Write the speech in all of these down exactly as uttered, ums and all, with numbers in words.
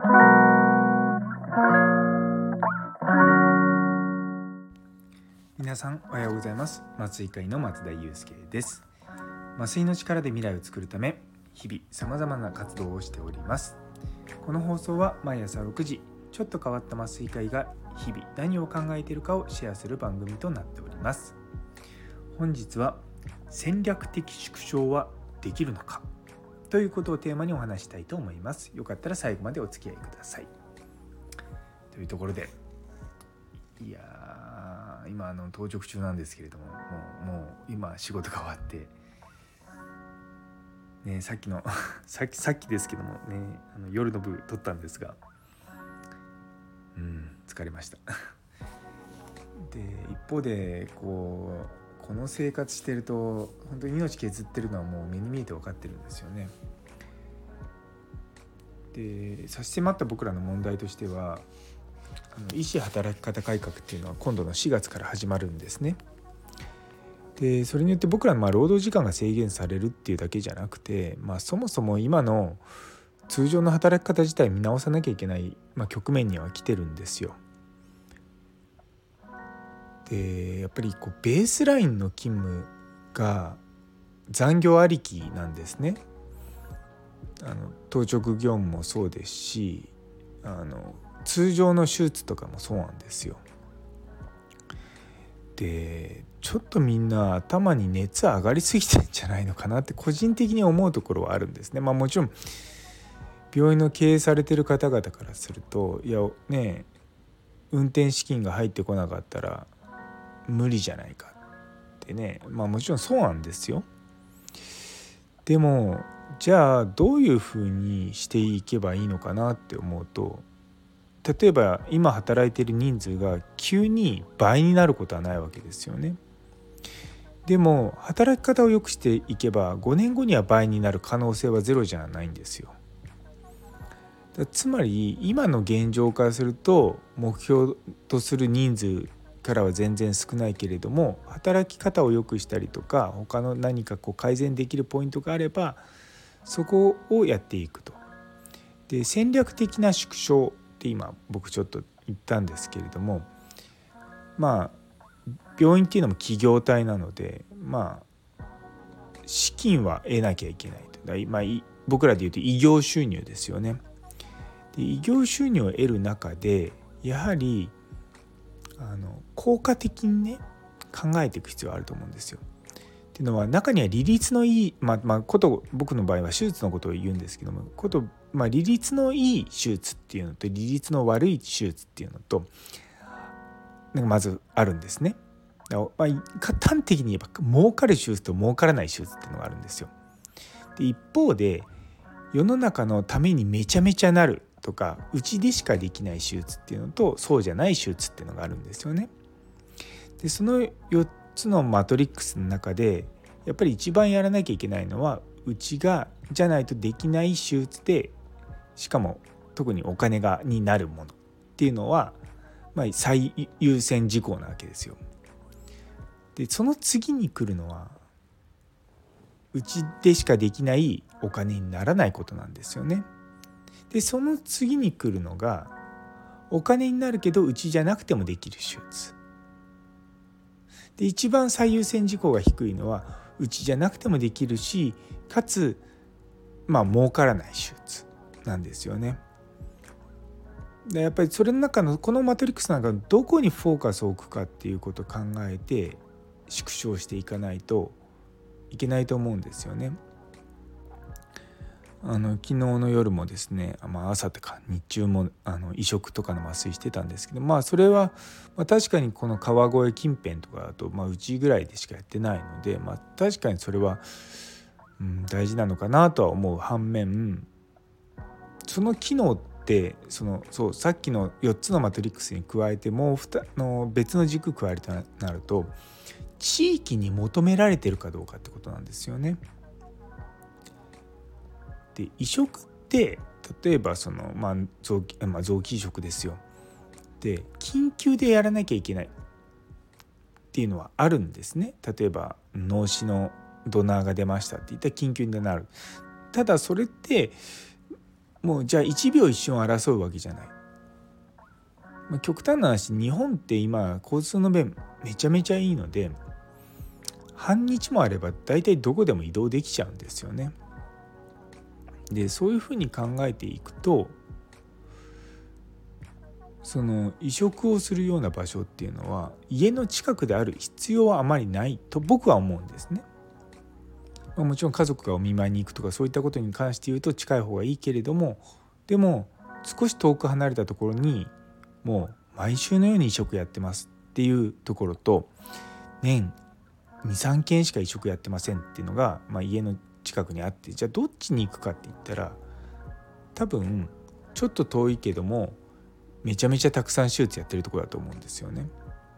皆さんおはようございます。麻酔科医の松田祐介です。麻酔の力で未来を作るため日々さまざまな活動をしております。この放送は毎朝ろくじ、ちょっと変わった麻酔科医が日々何を考えているかをシェアする番組となっております。本日は戦略的縮小はできるのかということをテーマにお話したいと思います。よかったら最後までお付き合いください。というところで、いやー今あの当直中なんですけれども、もう、もう今仕事が終わって、ね、さっきのさっきさっきですけどもね、あの夜の部撮ったんですが、うん疲れましたで一方でこうこの生活してると本当に命削ってるのはもう目に見えて分かってるんですよね。で差し迫った僕らの問題としては、あの医師働き方改革っていうのは今度のしがつから始まるんですね。でそれによって僕らのまあ労働時間が制限されるっていうだけじゃなくて、まあ、そもそも今の通常の働き方自体見直さなきゃいけない、まあ、局面には来てるんですよ。でやっぱりこうベースラインの勤務が残業ありきなんですね。あの当直業務もそうですし、あの通常の手術とかもそうなんですよ。でちょっとみんな頭に熱上がりすぎてんじゃないのかなって個人的に思うところはあるんですね。まあもちろん病院の経営されてる方々からすると、いやね運転資金が入ってこなかったら無理じゃないかってね、まあもちろんそうなんですよ。でもじゃあどういうふうにしていけばいいのかなって思うと、例えば今働いている人数が急に倍になることはないわけですよね。でも働き方を良くしていけばごねんごには倍になる可能性はゼロじゃないんですよ。つまり今の現状からすると目標とする人数からは全然少ないけれども、働き方を良くしたりとか他の何かこう改善できるポイントがあればそこをやっていくと。で戦略的な縮小って今僕ちょっと言ったんですけれども、まあ病院っていうのも企業体なので、まあ資金は得なきゃいけないと。だまあ、僕らでいうと異業収入ですよね。で異業収入を得る中でやはりあの効果的にね考えていく必要があると思うんですよ。っていうのは中には利率のいい、まあまあ、こと僕の場合は手術のことを言うんですけども、こと、まあ、利率のいい手術っていうのと利率の悪い手術っていうのとなんかまずあるんですね。だから、まあ、端的に言えば儲かる手術と儲からない手術っていうのがあるんですよ。で一方で世の中のためにめちゃめちゃなるとかうちでしかできない手術っていうのとそうじゃない手術っていうのがあるんですよね。でそのよっつのマトリックスの中でやっぱり一番やらなきゃいけないのはうちがじゃないとできない手術で、しかも特にお金がになるものっていうのは、まあ、最優先事項なわけですよ。でその次に来るのはうちでしかできないお金にならないことなんですよね。でその次に来るのがお金になるけどうちじゃなくてもできる手術で、一番最優先事項が低いのはうちじゃなくてもできるし、かつまあ儲からない手術なんですよね。でやっぱりそれの中のこのマトリックスなんかどこにフォーカスを置くかっていうことを考えて縮小していかないといけないと思うんですよね。あの昨日の夜もですね、まあ、朝とか日中もあの移植とかの麻酔してたんですけど、まあそれは、まあ、確かにこの川越近辺とかだと、まあ、うちぐらいでしかやってないので、まあ、確かにそれは、うん、大事なのかなとは思う反面、その機能ってそのそうさっきのよっつのマトリックスに加えてもうふたの別の軸加えるとなると地域に求められてるかどうかってことなんですよね。で移植って例えばその、まあ、臓器、まあ、臓器移植ですよ。で緊急でやらなきゃいけないっていうのはあるんですね。例えば脳死のドナーが出ましたって言ったら緊急になる。ただそれってもうじゃあいちびょう一瞬争うわけじゃない。まあ、極端な話、日本って今交通の便めちゃめちゃいいので、半日もあれば大体どこでも移動できちゃうんですよね。でそういうふうに考えていくと、その移植をするような場所っていうのは家の近くである必要はあまりないと僕は思うんですね。まあ、もちろん家族がお見舞いに行くとかそういったことに関して言うと近い方がいいけれども、でも少し遠く離れたところにもう毎週のように移植やってますっていうところと、年にさんけんしか移植やってませんっていうのが、まあ、家の近くにあって、じゃあどっちに行くかって言ったら、多分ちょっと遠いけどもめちゃめちゃたくさん手術やってるところだと思うんですよね。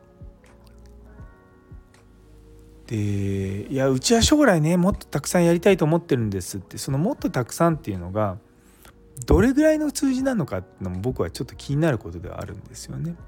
でいやうちは将来ねもっとたくさんやりたいと思ってるんですって、そのもっとたくさんっていうのがどれぐらいの数字なのかっていうのも僕はちょっと気になることではあるんですよね。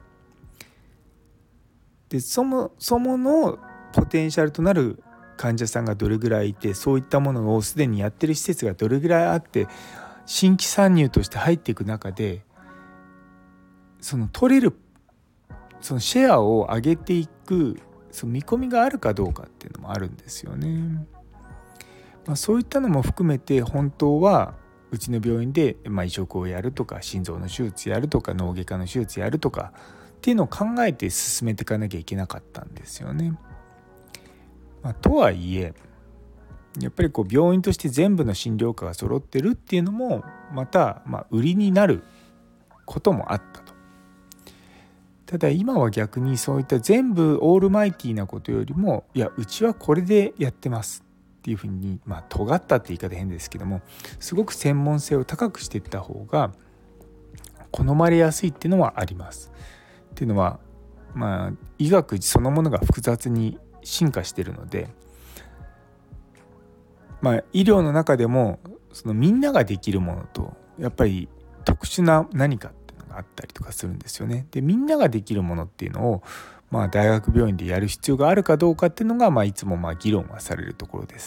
でそもそものポテンシャルとなる患者さんがどれぐらいいて、そういったものをすでにやってる施設がどれぐらいあって、新規参入として入っていく中でその取れるそのシェアを上げていくその見込みがあるかどうかっていうのもあるんですよね。まあ、そういったのも含めて本当はうちの病院で、まあ、移植をやるとか心臓の手術やるとか脳外科の手術やるとかっていうのを考えて進めていかなきゃいけなかったんですよね。まあ、とはいえやっぱりこう病院として全部の診療科が揃ってるっていうのもまたまあ売りになることもあったと。ただ今は逆にそういった全部オールマイティーなことよりも、いやうちはこれでやってますっていうふうに、まあ尖ったって言い方変ですけども、すごく専門性を高くしていった方が好まれやすいっていうのはあります。っていうのはまあ医学そのものが複雑に進化しているので、まあ医療の中でもそのみんなができるものとやっぱり特殊な何かあったりとかするんですよね。でみんなができるものっていうのを、まあ、大学病院でやる必要があるかどうかっていうのが、まあ、いつもまあ議論はされるところです。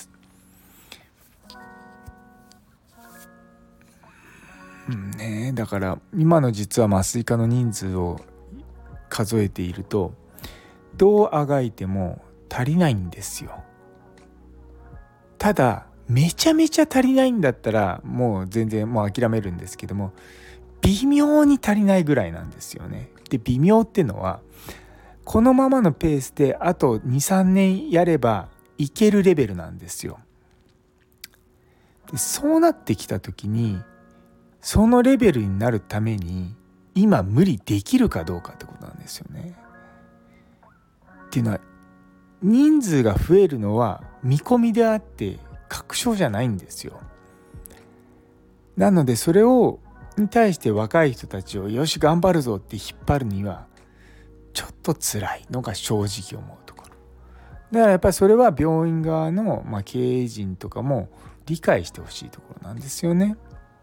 うんね、だから今の実は麻酔科の人数を数えているとどうあがいても足りないんですよ。ただめちゃめちゃ足りないんだったらもう全然もう諦めるんですけども、微妙に足りないぐらいなんですよね。で微妙っていうのはこのままのペースであと にさんねんやればいけるレベルなんですよ。でそうなってきた時にそのレベルになるために今無理できるかどうかってことなんですよね。っていうのは人数が増えるのは見込みであって確証じゃないんですよ。なのでそれをに対して若い人たちをよし頑張るぞって引っ張るにはちょっと辛いのが正直思うところだから、やっぱりそれは病院側の、まあ、経営陣とかも理解してほしいところなんですよね。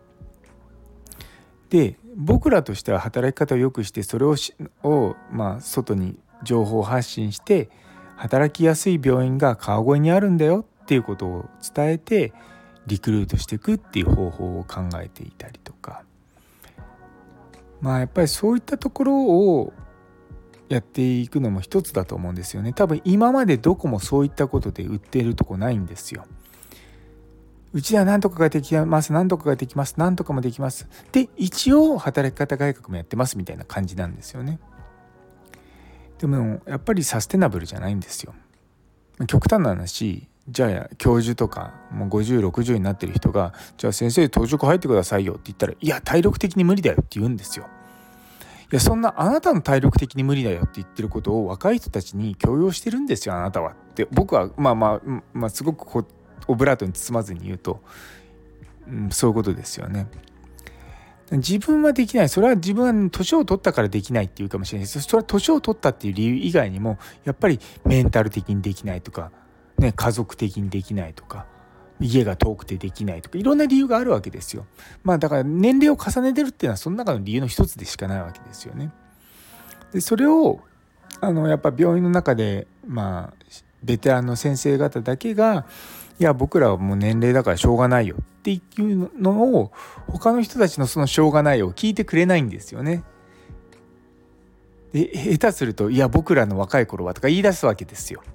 で僕らとしては働き方を良くしてそれを、をまあ、外に情報発信して働きやすい病院が川越にあるんだよっていうことを伝えてリクルートしていくっていう方法を考えていたりとか、まあやっぱりそういったところをやっていくのも一つだと思うんですよね。多分今までどこもそういったことで売っているとこないんですよ。うちでは何とかができます何とかができます何とかもできますで一応働き方改革もやってますみたいな感じなんですよね。でもやっぱりサステナブルじゃないんですよ。極端な話、じゃあ教授とかもうごじゅうろくじゅうになってる人がじゃあ先生当直入ってくださいよって言ったら、いや体力的に無理だよって言うんですよ。いやそんなあなたの体力的に無理だよって言ってることを若い人たちに強要してるんですよあなたはって僕はまあまあ、まあ、すごくこうオブラートに包まずに言うと、うん、そういうことですよね。自分はできない、それは自分は年を取ったからできないっていうかもしれないです。それは年を取ったっていう理由以外にもやっぱりメンタル的にできないとか、ね、家族的にできないとか家が遠くてできないとかいろんな理由があるわけですよ。まあだから年齢を重ねてるっていうのはその中の理由の一つでしかないわけですよね。でそれをあのやっぱ病院の中でまあベテランの先生方だけがいや僕らはもう年齢だからしょうがないよっっていくのを他の人たちのそのしょうがないを聞いてくれないんですよね。で下手するといや僕らの若い頃はとか言い出すわけですよ。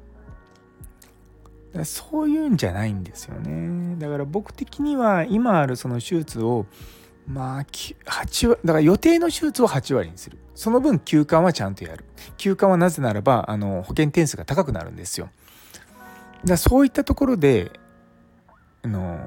だからそういうんじゃないんですよね。だから僕的には今あるその手術をまあはち割だから予定の手術をはち割にする。その分休館はちゃんとやる。休館はなぜならばあの保険点数が高くなるんですよ。だからそういったところであの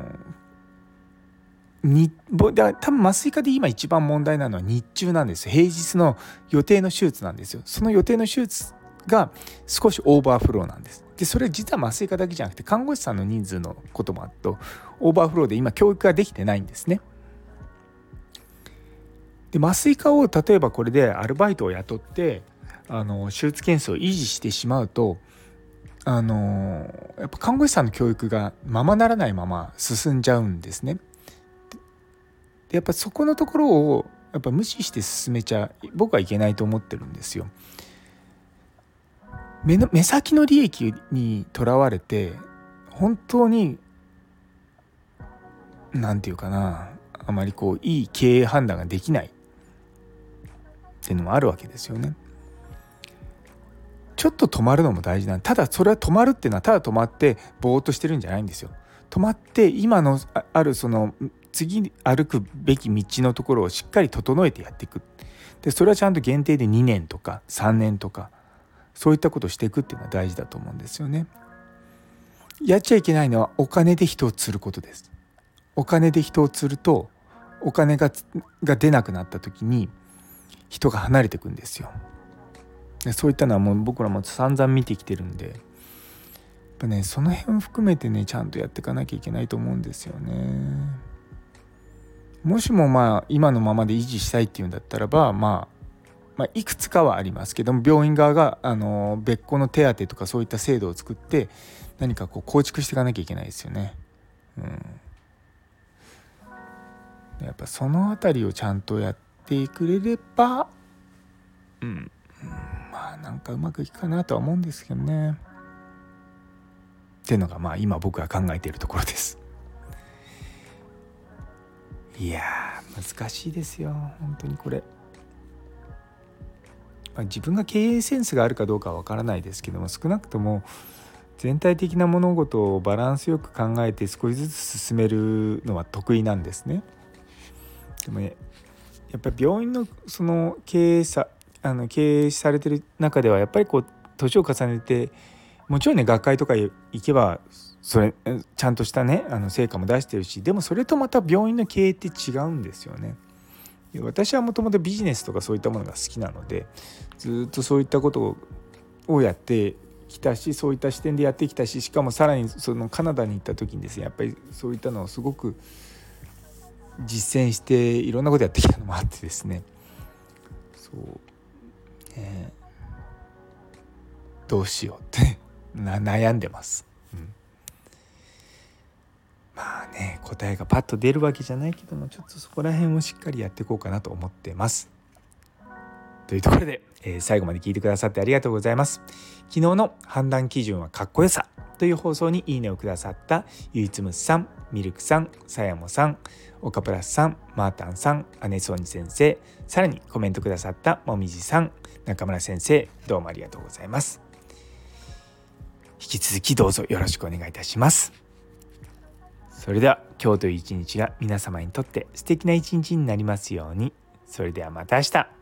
にだ多分麻酔科で今一番問題なのは日中なんです。平日の予定の手術なんですよ。その予定の手術が少しオーバーフローなんです。でそれ実は麻酔科だけじゃなくて看護師さんの人数のこともあるとオーバーフローで今教育ができてないんですね。で麻酔科を例えばこれでアルバイトを雇ってあの手術件数を維持してしまうとあのやっぱ看護師さんの教育がままならないまま進んじゃうんですね。でやっぱそこのところをやっぱ無視して進めちゃ僕はいけないと思ってるんですよ。目の目先の利益にとらわれて本当になんていうかなあまりこういい経営判断ができないっていうのもあるわけですよね。ちょっと止まるのも大事なんただそれは止まるっていうのはただ止まってぼーっとしてるんじゃないんですよ。止まって今のあるその次に歩くべき道のところをしっかり整えてやっていく。でそれはちゃんと限定でにねんとかさんねんとかそういったことをしていくっていうのは大事だと思うんですよね。やっちゃいけないのはお金で人を釣ることです。お金で人を釣るとお金がが出なくなった時に人が離れていくんですよ。でそういったのはもう僕らも散々見てきてるんでやっぱねその辺を含めてねちゃんとやっていかなきゃいけないと思うんですよね。もしもまあ今のままで維持したいっていうんだったらば、まあ、まあいくつかはありますけども病院側があの別個の手当とかそういった制度を作って何かこう構築していかなきゃいけないですよね。うん、やっぱそのあたりをちゃんとやってくれれば、うん、うん、まあなんかうまくいくかなとは思うんですけどね。っていうのがまあ今僕が考えているところです。いやー難しいですよ本当にこれ、まあ、自分が経営センスがあるかどうかは分からないですけども少なくとも全体的な物事をバランスよく考えて少しずつ進めるのは得意なんですね。でもねやっぱり病院のその経営さあの経営されてる中ではやっぱりこう年を重ねてもちろんね学会とか行けばそれちゃんとしたねあの成果も出してるしでもそれとまた病院の経営って違うんですよね。私はもともとビジネスとかそういったものが好きなのでずっとそういったことをやってきたしそういった視点でやってきたししかもさらにそのカナダに行った時にですねやっぱりそういったのをすごく実践していろんなことやってきたのもあってですねそう、ね、どうしようってな悩んでます。まあね答えがパッと出るわけじゃないけどもちょっとそこら辺をしっかりやっていこうかなと思ってます。というところで、えー、最後まで聞いてくださってありがとうございます。昨日の判断基準はかっこよさという放送にいいねをくださったゆいつむさん、ミルクさん、さやもさん、オカプラスさん、マータンさん、アネソーニ先生、さらにコメントくださったもみじさん、中村先生どうもありがとうございます。引き続きどうぞよろしくお願いいたします。それでは今日という一日が皆様にとって素敵な一日になりますように。それではまた明日。